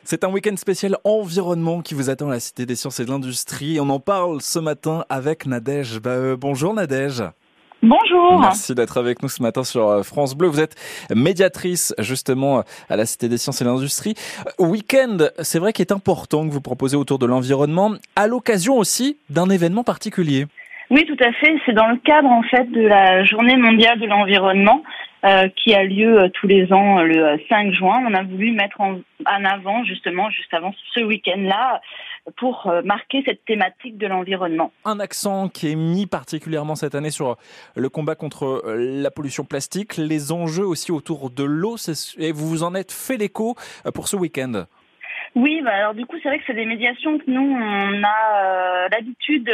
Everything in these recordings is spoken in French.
C'est un week-end spécial environnement qui vous attend à la Cité des Sciences et de l'Industrie. On en parle ce matin avec Nadège. Bonjour Nadège. Bonjour. Merci d'être avec nous ce matin sur France Bleu. Vous êtes médiatrice justement à la Cité des Sciences et de l'Industrie. Week-end, c'est vrai qu'il est important que vous proposez autour de l'environnement, à l'occasion aussi d'un événement particulier. Oui, tout à fait. C'est dans le cadre en fait de la Journée mondiale de l'environnement qui a lieu tous les ans le 5 juin. On a voulu mettre en avant justement juste avant ce week-end-là pour marquer cette thématique de l'environnement. Un accent qui est mis particulièrement cette année sur le combat contre la pollution plastique, les enjeux aussi autour de l'eau, et vous vous en êtes fait l'écho pour ce week-end. Oui, alors du coup c'est vrai que c'est des médiations que nous on a l'habitude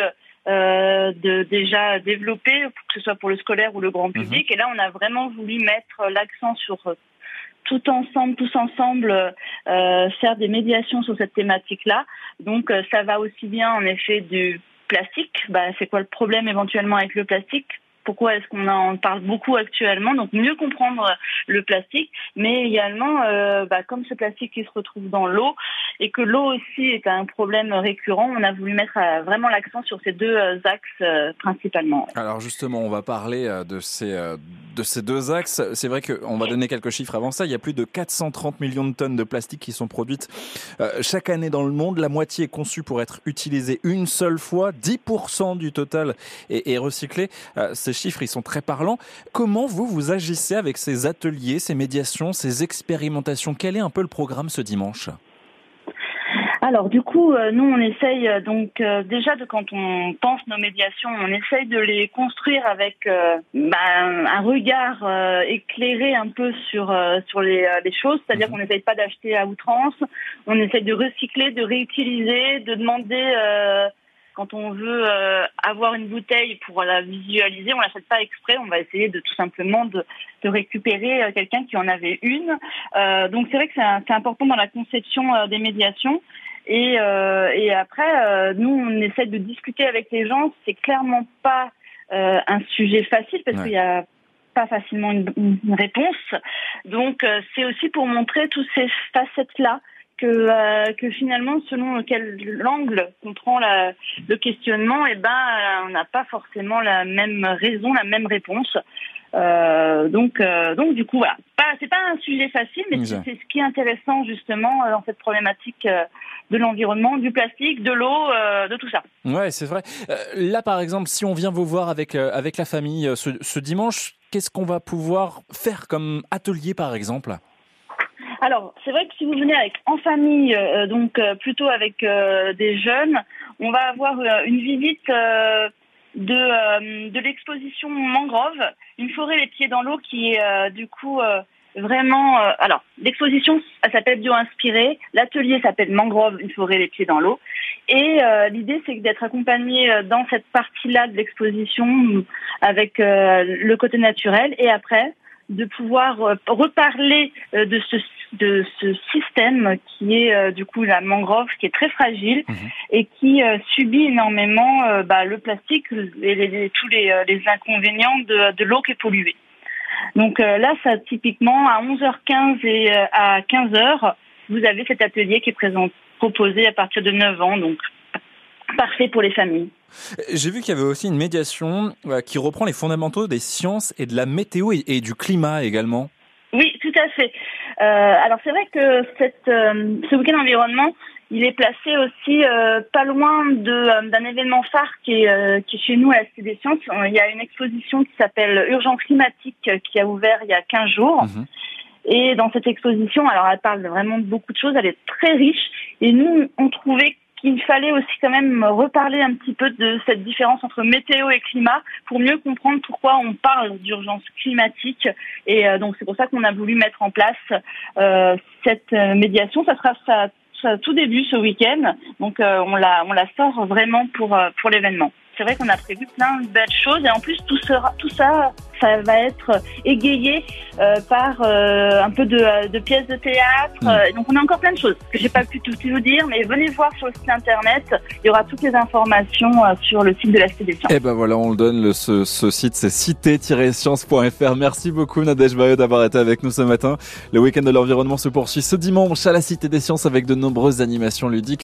de déjà développer, que ce soit pour le scolaire ou le grand public. Et là, on a vraiment voulu mettre l'accent sur tous ensemble, faire des médiations sur cette thématique-là. Donc, ça va aussi bien, en effet, du plastique. C'est quoi le problème éventuellement avec le plastique ? Pourquoi est-ce qu'on en parle beaucoup actuellement ? Donc, mieux comprendre le plastique, mais également, comme ce plastique qui se retrouve dans l'eau et que l'eau aussi est un problème récurrent, on a voulu mettre vraiment l'accent sur ces deux axes principalement. Alors justement, on va parler de ces deux axes. C'est vrai qu'on va donner quelques chiffres avant ça. Il y a plus de 430 millions de tonnes de plastique qui sont produites chaque année dans le monde. La moitié est conçue pour être utilisée une seule fois. 10% du total est recyclé. Ces chiffres, ils sont très parlants. Comment vous agissez avec ces ateliers, ces médiations, ces expérimentations ? Quel est un peu le programme ce dimanche ? Alors du coup, nous on essaye déjà quand on pense nos médiations, on essaye de les construire avec un regard éclairé un peu sur les choses, c'est-à-dire qu'on n'essaye pas d'acheter à outrance, on essaye de recycler, de réutiliser, de demander quand on veut avoir une bouteille pour la visualiser, on l'achète pas exprès, on va essayer de tout simplement de récupérer quelqu'un qui en avait une. Donc c'est vrai que c'est important dans la conception des médiations. Et après, nous, on essaie de discuter avec les gens. C'est clairement pas un sujet facile parce qu'il y a pas facilement une réponse. Donc, c'est aussi pour montrer toutes ces facettes-là que finalement, selon quel angle on prend le questionnement, on n'a pas forcément la même raison, la même réponse. Donc du coup voilà, c'est pas un sujet facile, mais c'est ce qui est intéressant justement dans cette problématique de l'environnement, du plastique, de l'eau, de tout ça. Ouais, c'est vrai. Là par exemple, si on vient vous voir avec la famille ce dimanche, qu'est-ce qu'on va pouvoir faire comme atelier par exemple ? Alors, c'est vrai que si vous venez en famille, plutôt avec des jeunes, on va avoir une visite de l'exposition Mangrove, une forêt les pieds dans l'eau qui est vraiment... alors, l'exposition, elle s'appelle Bio-inspiré, l'atelier s'appelle Mangrove, une forêt les pieds dans l'eau. Et l'idée, c'est d'être accompagné dans cette partie-là de l'exposition avec le côté naturel et après de pouvoir reparler de ce système qui est du coup la mangrove, qui est très fragile et qui subit énormément le plastique et tous les inconvénients de l'eau qui est polluée. Donc là, ça typiquement à 11h15 et à 15h, vous avez cet atelier qui est proposé à partir de 9 ans, donc parfait pour les familles. J'ai vu qu'il y avait aussi une médiation qui reprend les fondamentaux des sciences et de la météo et du climat également. Oui, tout à fait. Alors c'est vrai que ce week-end environnement, il est placé aussi pas loin d'un événement phare qui est chez nous à la Cité des Sciences. Il y a une exposition qui s'appelle Urgence climatique qui a ouvert il y a 15 jours. Et dans cette exposition, alors elle parle vraiment de beaucoup de choses, elle est très riche. Et nous, on trouvait qu'il fallait aussi quand même reparler un petit peu de cette différence entre météo et climat pour mieux comprendre pourquoi on parle d'urgence climatique. Et donc c'est pour ça qu'on a voulu mettre en place cette médiation. Ça sera tout début ce week-end. Donc on la sort vraiment pour l'événement. c'est vrai qu'on a prévu plein de belles choses et en plus tout ça va être égayé par un peu de pièces de théâtre. Donc on a encore plein de choses que j'ai pas pu tout vous dire, mais venez voir sur le site internet, il y aura toutes les informations sur le site de la Cité des Sciences. Et ben voilà, on le donne, ce site c'est cité-sciences.fr. Merci beaucoup Nadège Baillot d'avoir été avec nous ce matin. Le week-end de l'environnement se poursuit ce dimanche à la Cité des Sciences avec de nombreuses animations ludiques.